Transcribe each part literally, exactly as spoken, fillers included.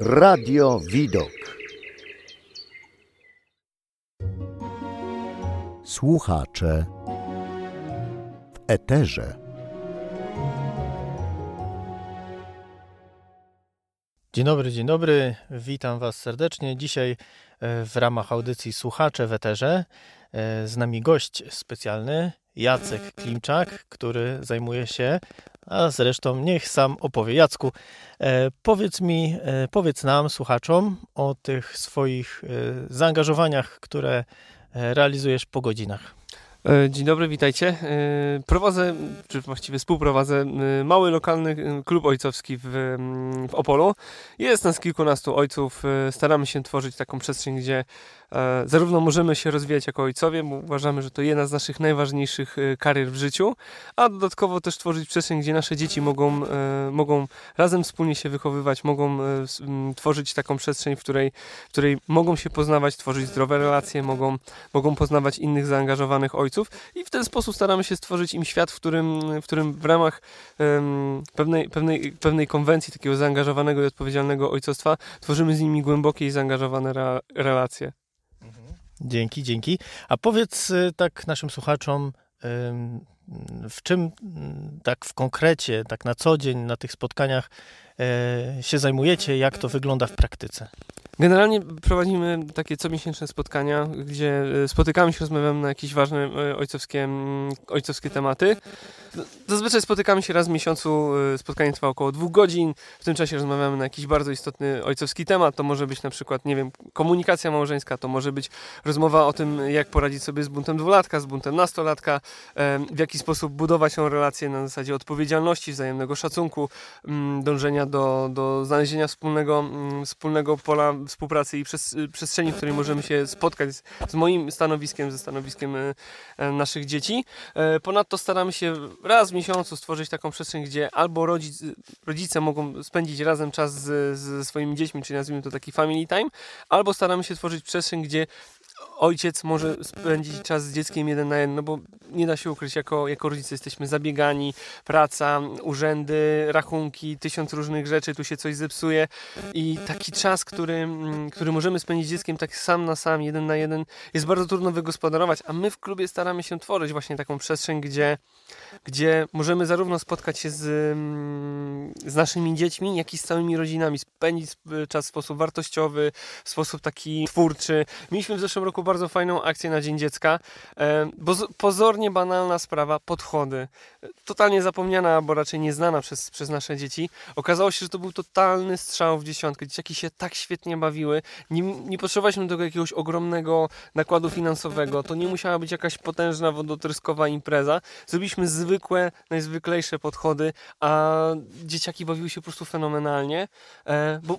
Radio Widok. Słuchacze w eterze. Dzień dobry, dzień dobry. Witam Was serdecznie. Dzisiaj w ramach audycji Słuchacze w eterze z nami gość specjalny, Jacek Klimczak, który zajmuje się, a zresztą niech sam opowie. Jacku, powiedz mi, powiedz nam, słuchaczom, o tych swoich zaangażowaniach, które realizujesz po godzinach. Dzień dobry, witajcie. Prowadzę, czy właściwie współprowadzę mały lokalny klub ojcowski w, w Opolu. Jest nas kilkunastu ojców. Staramy się tworzyć taką przestrzeń, gdzie zarówno możemy się rozwijać jako ojcowie, bo uważamy, że to jedna z naszych najważniejszych karier w życiu, a dodatkowo też tworzyć przestrzeń, gdzie nasze dzieci mogą, mogą razem wspólnie się wychowywać, mogą tworzyć taką przestrzeń, w której, w której mogą się poznawać, tworzyć zdrowe relacje, mogą, mogą poznawać innych zaangażowanych ojców i w ten sposób staramy się stworzyć im świat, w którym w, którym w ramach um, pewnej, pewnej, pewnej konwencji takiego zaangażowanego i odpowiedzialnego ojcostwa tworzymy z nimi głębokie i zaangażowane re, relacje. Dzięki, dzięki. A powiedz tak naszym słuchaczom, w czym tak w konkrecie, tak na co dzień na tych spotkaniach się zajmujecie, jak to wygląda w praktyce? Generalnie prowadzimy takie comiesięczne spotkania, gdzie spotykamy się, rozmawiamy na jakieś ważne ojcowskie, ojcowskie tematy. Zazwyczaj spotykamy się raz w miesiącu, spotkanie trwa około dwóch godzin. W tym czasie rozmawiamy na jakiś bardzo istotny ojcowski temat. To może być na przykład, nie wiem, komunikacja małżeńska, to może być rozmowa o tym, jak poradzić sobie z buntem dwulatka, z buntem nastolatka, w jaki sposób budować tą relację na zasadzie odpowiedzialności, wzajemnego szacunku, dążenia do, do znalezienia wspólnego, wspólnego pola współpracy i przez, przestrzeni, w której możemy się spotkać z, z moim stanowiskiem, ze stanowiskiem e, naszych dzieci. E, ponadto staramy się raz w miesiącu stworzyć taką przestrzeń, gdzie albo rodzic, rodzice mogą spędzić razem czas z, ze swoimi dziećmi, czyli nazwijmy to taki family time, albo staramy się tworzyć przestrzeń, gdzie ojciec może spędzić czas z dzieckiem jeden na jeden, no bo nie da się ukryć, jako, jako rodzice jesteśmy zabiegani, praca, urzędy, rachunki, tysiąc różnych rzeczy, tu się coś zepsuje i taki czas, który, który możemy spędzić z dzieckiem tak sam na sam, jeden na jeden, jest bardzo trudno wygospodarować, a my w klubie staramy się tworzyć właśnie taką przestrzeń, gdzie, gdzie możemy zarówno spotkać się z, z naszymi dziećmi, jak i z całymi rodzinami, spędzić czas w sposób wartościowy, w sposób taki twórczy. Mieliśmy w zeszłym roku bardzo fajną akcję na Dzień Dziecka, bo pozornie banalna sprawa, podchody. Totalnie zapomniana, bo raczej nieznana przez, przez nasze dzieci. Okazało się, że to był totalny strzał w dziesiątkę. Dzieciaki się tak świetnie bawiły. Nie, nie potrzebowaliśmy do tego jakiegoś ogromnego nakładu finansowego. To nie musiała być jakaś potężna wodotryskowa impreza. Zrobiliśmy zwykłe, najzwyklejsze podchody, a dzieciaki bawiły się po prostu fenomenalnie, bo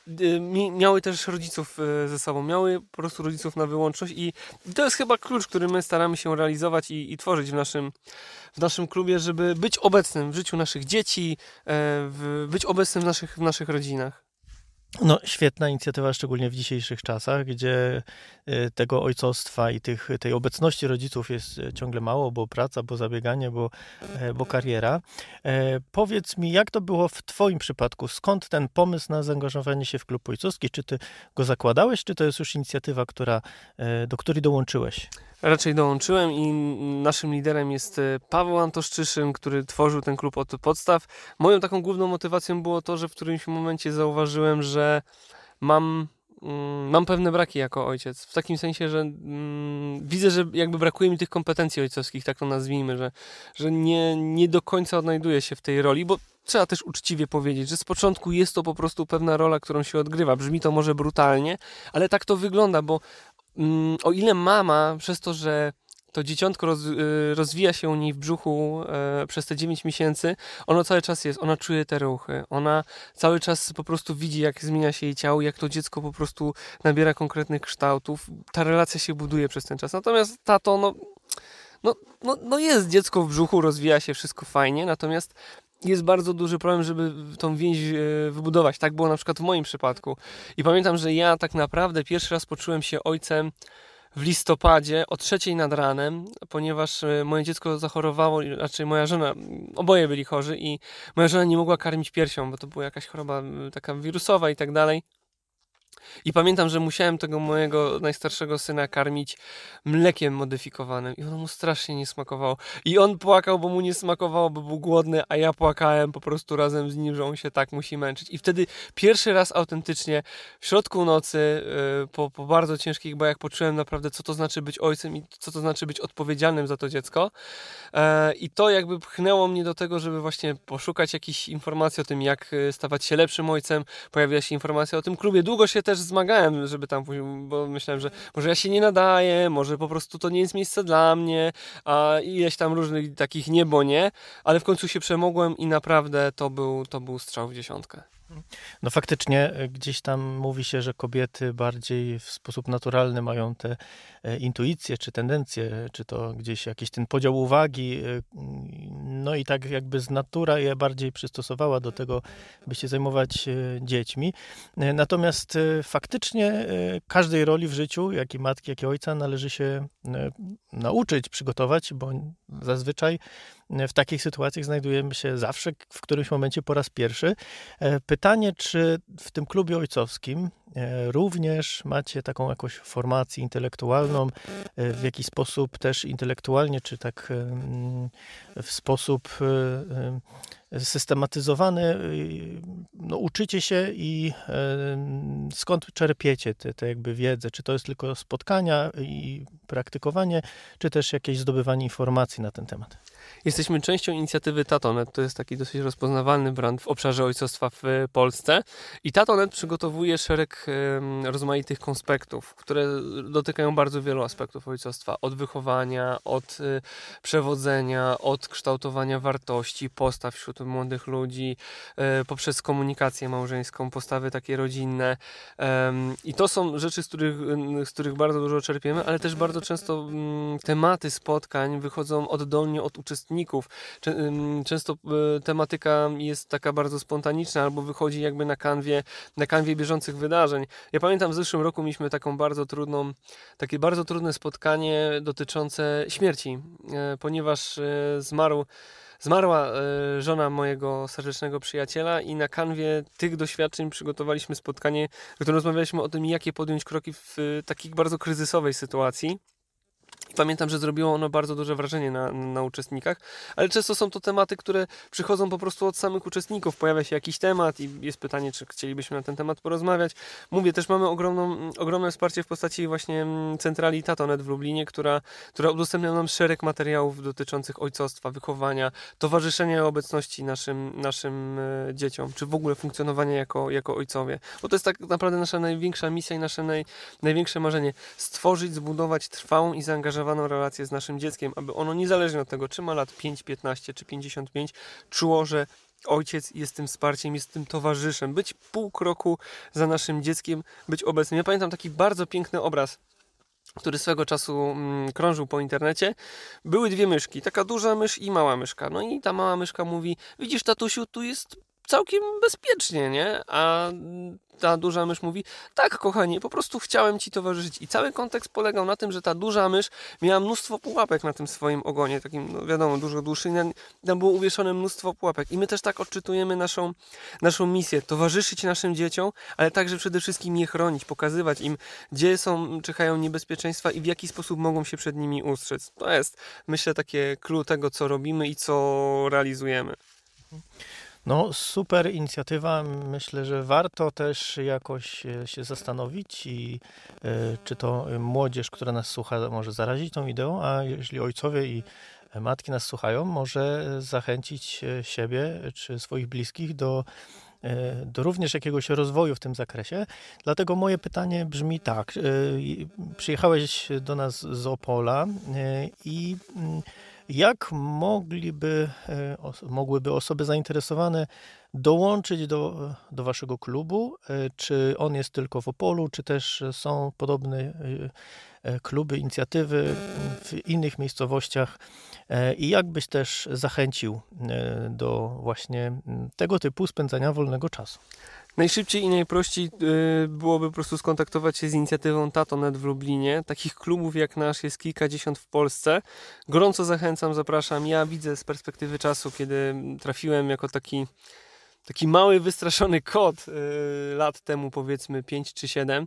miały też rodziców ze sobą, miały po prostu rodziców na wyłączność i to jest chyba klucz, który my staramy się realizować i, i tworzyć w naszym, w naszym klubie, żeby być obecnym w życiu naszych dzieci, w, być obecnym w naszych, w naszych rodzinach. No, świetna inicjatywa, szczególnie w dzisiejszych czasach, gdzie tego ojcostwa i tych, tej obecności rodziców jest ciągle mało, bo praca, bo zabieganie, bo, bo kariera. E, powiedz mi, jak to było w Twoim przypadku? Skąd ten pomysł na zaangażowanie się w klub ojcowski? Czy Ty go zakładałeś, czy to jest już inicjatywa, która, do której dołączyłeś? Raczej dołączyłem i naszym liderem jest Paweł Antoszczyszyn, który tworzył ten klub od podstaw. Moją taką główną motywacją było to, że w którymś momencie zauważyłem, że mam, mm, mam pewne braki jako ojciec. W takim sensie, że mm, widzę, że jakby brakuje mi tych kompetencji ojcowskich, tak to nazwijmy, że, że nie, nie do końca odnajduję się w tej roli, bo trzeba też uczciwie powiedzieć, że z początku jest to po prostu pewna rola, którą się odgrywa. Brzmi to może brutalnie, ale tak to wygląda, bo o ile mama, przez to, że to dzieciątko roz, rozwija się u niej w brzuchu e, przez te dziewięć miesięcy, ono cały czas jest, ona czuje te ruchy, ona cały czas po prostu widzi, jak zmienia się jej ciało, jak to dziecko po prostu nabiera konkretnych kształtów, ta relacja się buduje przez ten czas. Natomiast tato, no, no, no, no jest dziecko w brzuchu, rozwija się, wszystko fajnie, natomiast jest bardzo duży problem, żeby tą więź wybudować. Tak było na przykład w moim przypadku. I pamiętam, że ja tak naprawdę pierwszy raz poczułem się ojcem w listopadzie o trzeciej nad ranem, ponieważ e, moje dziecko zachorowało, raczej moja żona, oboje byli chorzy i moja żona nie mogła karmić piersią, bo to była jakaś choroba m, taka wirusowa i tak dalej. I pamiętam, że musiałem tego mojego najstarszego syna karmić mlekiem modyfikowanym i ono mu strasznie nie smakowało. I on płakał, bo mu nie smakowało, bo był głodny, a ja płakałem po prostu razem z nim, że on się tak musi męczyć. I wtedy pierwszy raz autentycznie w środku nocy, yy, po, po bardzo ciężkich bojach poczułem naprawdę, co to znaczy być ojcem i co to znaczy być odpowiedzialnym za to dziecko. Yy, I to jakby pchnęło mnie do tego, żeby właśnie poszukać jakichś informacji o tym, jak stawać się lepszym ojcem. Pojawiła się informacja o tym klubie. Długo się też zmagałem, żeby tam pójść, bo myślałem, że może ja się nie nadaję, może po prostu to nie jest miejsce dla mnie, a ileś tam różnych takich nie, bo nie, ale w końcu się przemogłem i naprawdę to był, to był strzał w dziesiątkę. No faktycznie gdzieś tam mówi się, że kobiety bardziej w sposób naturalny mają te intuicje czy tendencje, czy to gdzieś jakiś ten podział uwagi, no i tak jakby z natura je bardziej przystosowała do tego, by się zajmować dziećmi. Natomiast faktycznie każdej roli w życiu, jak i matki, jak i ojca, należy się nauczyć, przygotować, bo zazwyczaj w takich sytuacjach znajdujemy się zawsze w którymś momencie po raz pierwszy. Pytanie, czy w tym klubie ojcowskim również macie taką jakąś formację intelektualną, w jakiś sposób też intelektualnie, czy tak w sposób systematyzowany, no, uczycie się i skąd czerpiecie tę te, te jakby wiedzę? Czy to jest tylko spotkania i praktykowanie, czy też jakieś zdobywanie informacji na ten temat? Jesteśmy częścią inicjatywy Tatonet. To jest taki dosyć rozpoznawalny brand w obszarze ojcostwa w Polsce. I Tatonet przygotowuje szereg um, rozmaitych konspektów, które dotykają bardzo wielu aspektów ojcostwa. Od wychowania, od y, przewodzenia, od kształtowania wartości, postaw wśród młodych ludzi, y, poprzez komunikację małżeńską, postawy takie rodzinne. Um, I to są rzeczy, z których, y, z których bardzo dużo czerpiemy, ale też bardzo często y, tematy spotkań wychodzą oddolnie od uczestników. Często tematyka jest taka bardzo spontaniczna albo wychodzi jakby na kanwie, na kanwie bieżących wydarzeń. Ja pamiętam, w zeszłym roku mieliśmy taką bardzo trudną, takie bardzo trudne spotkanie dotyczące śmierci, ponieważ zmarł Zmarła żona mojego serdecznego przyjaciela i na kanwie tych doświadczeń przygotowaliśmy spotkanie, w którym rozmawialiśmy o tym, jakie podjąć kroki w takiej bardzo kryzysowej sytuacji. I pamiętam, że zrobiło ono bardzo duże wrażenie na, na uczestnikach, ale często są to tematy, które przychodzą po prostu od samych uczestników. Pojawia się jakiś temat i jest pytanie, czy chcielibyśmy na ten temat porozmawiać. Mówię, też mamy ogromną, ogromne wsparcie w postaci właśnie centrali Tatonet w Lublinie, która, która udostępnia nam szereg materiałów dotyczących ojcostwa, wychowania, towarzyszenia i obecności naszym, naszym dzieciom, czy w ogóle funkcjonowania jako, jako ojcowie. Bo to jest tak naprawdę nasza największa misja i nasze naj, największe marzenie. Stworzyć, zbudować trwałą i zaangażowaną relację z naszym dzieckiem, aby ono niezależnie od tego, czy ma lat pięć, piętnaście czy pięćdziesiąt pięć, czuło, że ojciec jest tym wsparciem, jest tym towarzyszem, być pół kroku za naszym dzieckiem, być obecnym. Ja pamiętam taki bardzo piękny obraz, który swego czasu mm, krążył po internecie. Były dwie myszki, taka duża mysz i mała myszka. No i ta mała myszka mówi: widzisz, tatusiu, tu jest całkiem bezpiecznie, nie? A ta duża mysz mówi: tak, kochanie, po prostu chciałem ci towarzyszyć. I cały kontekst polegał na tym, że ta duża mysz miała mnóstwo pułapek na tym swoim ogonie, takim, no wiadomo, dużo dłuższy, tam było uwieszone mnóstwo pułapek. I my też tak odczytujemy naszą, naszą misję, towarzyszyć naszym dzieciom, ale także przede wszystkim je chronić, pokazywać im, gdzie są, czyhają niebezpieczeństwa i w jaki sposób mogą się przed nimi ustrzec. To jest, myślę, takie clue tego, co robimy i co realizujemy. No, super inicjatywa. Myślę, że warto też jakoś się zastanowić i y, czy to młodzież, która nas słucha, może zarazić tą ideą, a jeśli ojcowie i matki nas słuchają, może zachęcić siebie czy swoich bliskich do, y, do również jakiegoś rozwoju w tym zakresie. Dlatego moje pytanie brzmi tak. Y, przyjechałeś do nas z Opola y, i y, jak mogliby, mogłyby osoby zainteresowane dołączyć do, do waszego klubu? Czy on jest tylko w Opolu, czy też są podobne kluby, inicjatywy w innych miejscowościach? I jak byś też zachęcił do właśnie tego typu spędzania wolnego czasu? Najszybciej i najprościej y, byłoby po prostu skontaktować się z inicjatywą Tatonet w Lublinie. Takich klubów jak nasz jest kilkadziesiąt w Polsce. Gorąco zachęcam, zapraszam. Ja widzę z perspektywy czasu, kiedy trafiłem jako taki, taki mały, wystraszony kot y, lat temu, powiedzmy pięć czy siedem,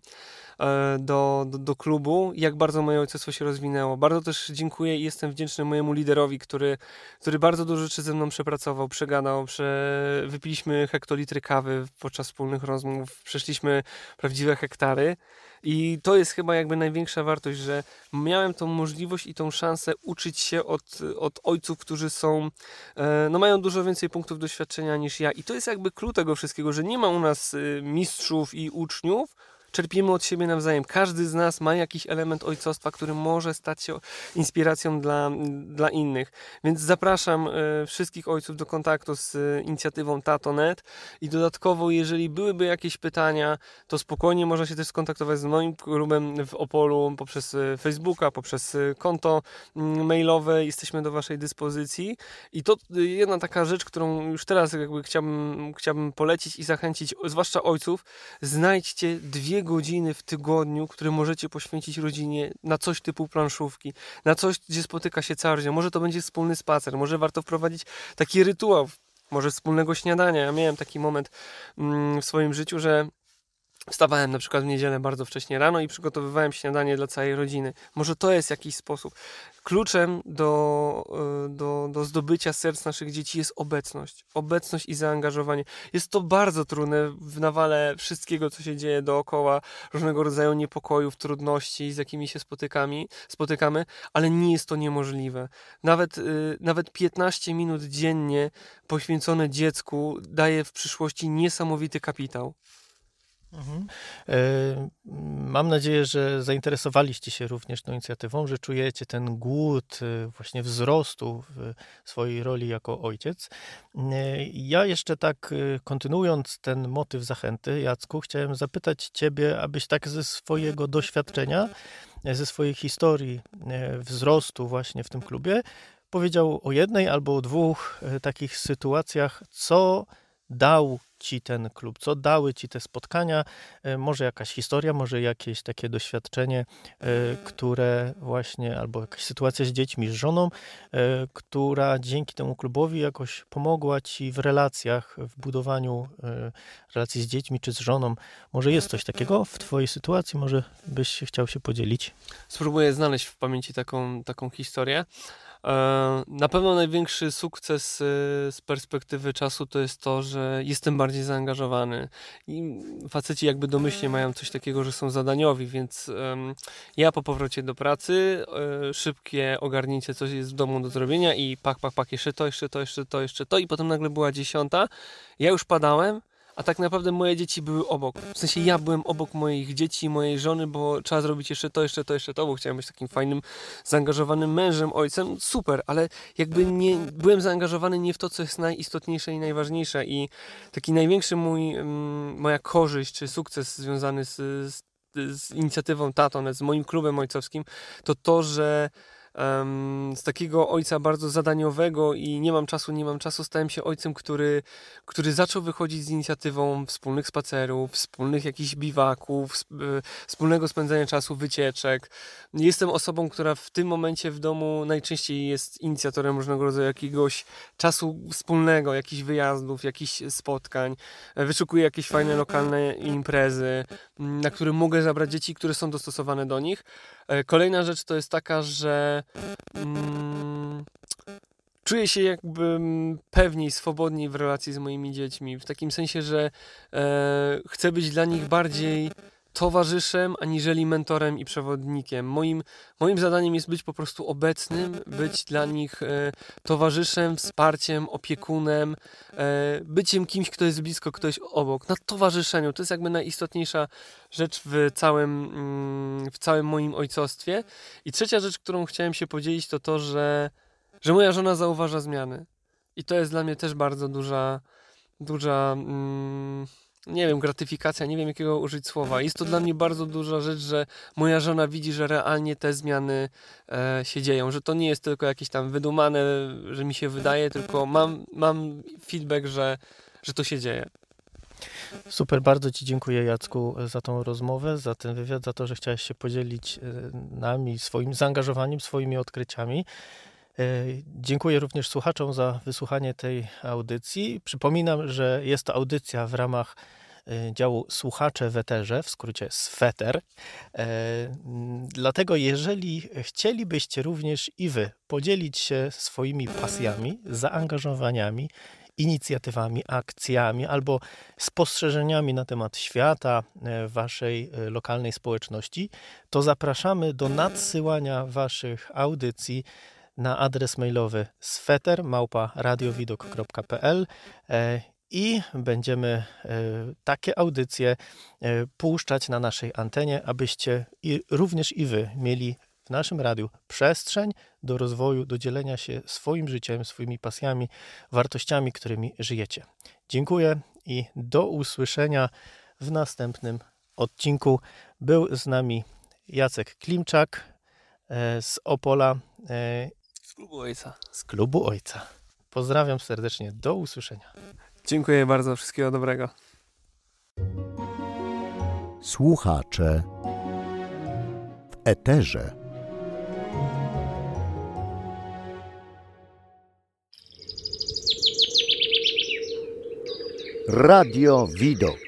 y, do, do, do klubu, jak bardzo moje ojcostwo się rozwinęło. Bardzo też dziękuję i jestem wdzięczny mojemu liderowi, który, który bardzo dużo rzeczy ze mną przepracował, przegadał, prze... wypiliśmy hektolitry kawy podczas wspólnych rozmów, przeszliśmy prawdziwe hektary. I to jest chyba jakby największa wartość, że miałem tą możliwość i tą szansę uczyć się od, od ojców, którzy są, no mają dużo więcej punktów doświadczenia niż ja. I to jest jakby klucz tego wszystkiego, że nie ma u nas mistrzów i uczniów, czerpiemy od siebie nawzajem. Każdy z nas ma jakiś element ojcostwa, który może stać się inspiracją dla, dla innych. Więc zapraszam y, wszystkich ojców do kontaktu z y, inicjatywą Tatonet i dodatkowo, jeżeli byłyby jakieś pytania, to spokojnie można się też skontaktować z moim klubem w Opolu poprzez y, Facebooka, poprzez y, konto y, mailowe. Jesteśmy do waszej dyspozycji. I to y, jedna taka rzecz, którą już teraz jakby chciałbym, chciałbym polecić i zachęcić, zwłaszcza ojców, znajdźcie dwie godziny w tygodniu, które możecie poświęcić rodzinie na coś typu planszówki, na coś, gdzie spotyka się cała rodzina. Może to będzie wspólny spacer, może warto wprowadzić taki rytuał, może wspólnego śniadania. Ja miałem taki moment mm, w swoim życiu, że wstawałem na przykład w niedzielę bardzo wcześnie rano i przygotowywałem śniadanie dla całej rodziny. Może to jest jakiś sposób. Kluczem do, do, do zdobycia serc naszych dzieci jest obecność. Obecność i zaangażowanie. Jest to bardzo trudne w nawale wszystkiego, co się dzieje dookoła, różnego rodzaju niepokojów, trudności, z jakimi się spotykamy, spotykamy, ale nie jest to niemożliwe. Nawet, nawet piętnaście minut dziennie poświęcone dziecku daje w przyszłości niesamowity kapitał. Mhm. Mam nadzieję, że zainteresowaliście się również tą inicjatywą, że czujecie ten głód właśnie wzrostu w swojej roli jako ojciec. Ja jeszcze tak kontynuując ten motyw zachęty, Jacku, chciałem zapytać Ciebie, abyś tak ze swojego doświadczenia, ze swojej historii wzrostu właśnie w tym klubie powiedział o jednej albo o dwóch takich sytuacjach, co dał Ci ten klub, co dały Ci te spotkania, może jakaś historia, może jakieś takie doświadczenie, które właśnie, albo jakaś sytuacja z dziećmi, z żoną, która dzięki temu klubowi jakoś pomogła Ci w relacjach, w budowaniu relacji z dziećmi czy z żoną. Może jest coś takiego w Twojej sytuacji, może byś chciał się podzielić? Spróbuję znaleźć w pamięci taką, taką historię. Na pewno największy sukces z perspektywy czasu to jest to, że jestem bardziej zaangażowany. I faceci jakby domyślnie mają coś takiego, że są zadaniowi, więc um, ja po powrocie do pracy, um, szybkie ogarnięcie, coś jest w domu do zrobienia i pak, pak, pak, jeszcze to, jeszcze to, jeszcze to, jeszcze to i potem nagle była dziesiąta. Ja już padałem, a tak naprawdę moje dzieci były obok. W sensie ja byłem obok moich dzieci, mojej żony, bo trzeba zrobić jeszcze to, jeszcze to, jeszcze to, bo chciałem być takim fajnym, zaangażowanym mężem, ojcem. Super, ale jakby nie byłem zaangażowany nie w to, co jest najistotniejsze i najważniejsze. I taki największy mój, moja korzyść, czy sukces związany z, z, z inicjatywą Tatonet, z moim klubem ojcowskim, to to, że z takiego ojca bardzo zadaniowego i nie mam czasu, nie mam czasu, stałem się ojcem, który, który zaczął wychodzić z inicjatywą wspólnych spacerów, wspólnych jakichś biwaków, wspólnego spędzania czasu, wycieczek. Jestem osobą, która w tym momencie w domu najczęściej jest inicjatorem różnego rodzaju jakiegoś czasu wspólnego, jakichś wyjazdów, jakichś spotkań. Wyszukuję jakieś fajne lokalne imprezy, na które mogę zabrać dzieci, które są dostosowane do nich. Kolejna rzecz to jest taka, że mm, czuję się jakby pewniej, swobodniej w relacji z moimi dziećmi. W takim sensie, że e, chcę być dla nich bardziej towarzyszem, aniżeli mentorem i przewodnikiem. Moim, moim zadaniem jest być po prostu obecnym, być dla nich e, towarzyszem, wsparciem, opiekunem, e, byciem kimś, kto jest blisko, ktoś obok. Na towarzyszeniu. To jest jakby najistotniejsza rzecz w całym, mm, w całym moim ojcostwie. I trzecia rzecz, którą chciałem się podzielić, to to, że, że moja żona zauważa zmiany. I to jest dla mnie też bardzo duża duża, mm, nie wiem, gratyfikacja, nie wiem jakiego użyć słowa. Jest to dla mnie bardzo duża rzecz, że moja żona widzi, że realnie te zmiany e, się dzieją, że to nie jest tylko jakieś tam wydumane, że mi się wydaje, tylko mam, mam feedback, że, że to się dzieje. Super, bardzo Ci dziękuję, Jacku, za tą rozmowę, za ten wywiad, za to, że chciałeś się podzielić nami, swoim zaangażowaniem, swoimi odkryciami. Dziękuję również słuchaczom za wysłuchanie tej audycji. Przypominam, że jest to audycja w ramach działu Słuchacze w Eterze, w skrócie Sweter. Dlatego jeżeli chcielibyście również i Wy podzielić się swoimi pasjami, zaangażowaniami, inicjatywami, akcjami albo spostrzeżeniami na temat świata, waszej lokalnej społeczności, to zapraszamy do nadsyłania waszych audycji na adres mailowy sweter małpa radiowidok kropka p l i będziemy takie audycje puszczać na naszej antenie, abyście i również i wy mieli w naszym radiu przestrzeń do rozwoju, do dzielenia się swoim życiem, swoimi pasjami, wartościami, którymi żyjecie. Dziękuję i do usłyszenia w następnym odcinku. Był z nami Jacek Klimczak e, z Opola. E, z klubu Ojca. Z klubu Ojca. Pozdrawiam serdecznie. Do usłyszenia. Dziękuję bardzo. Wszystkiego dobrego. Słuchacze w eterze. Radio Widok.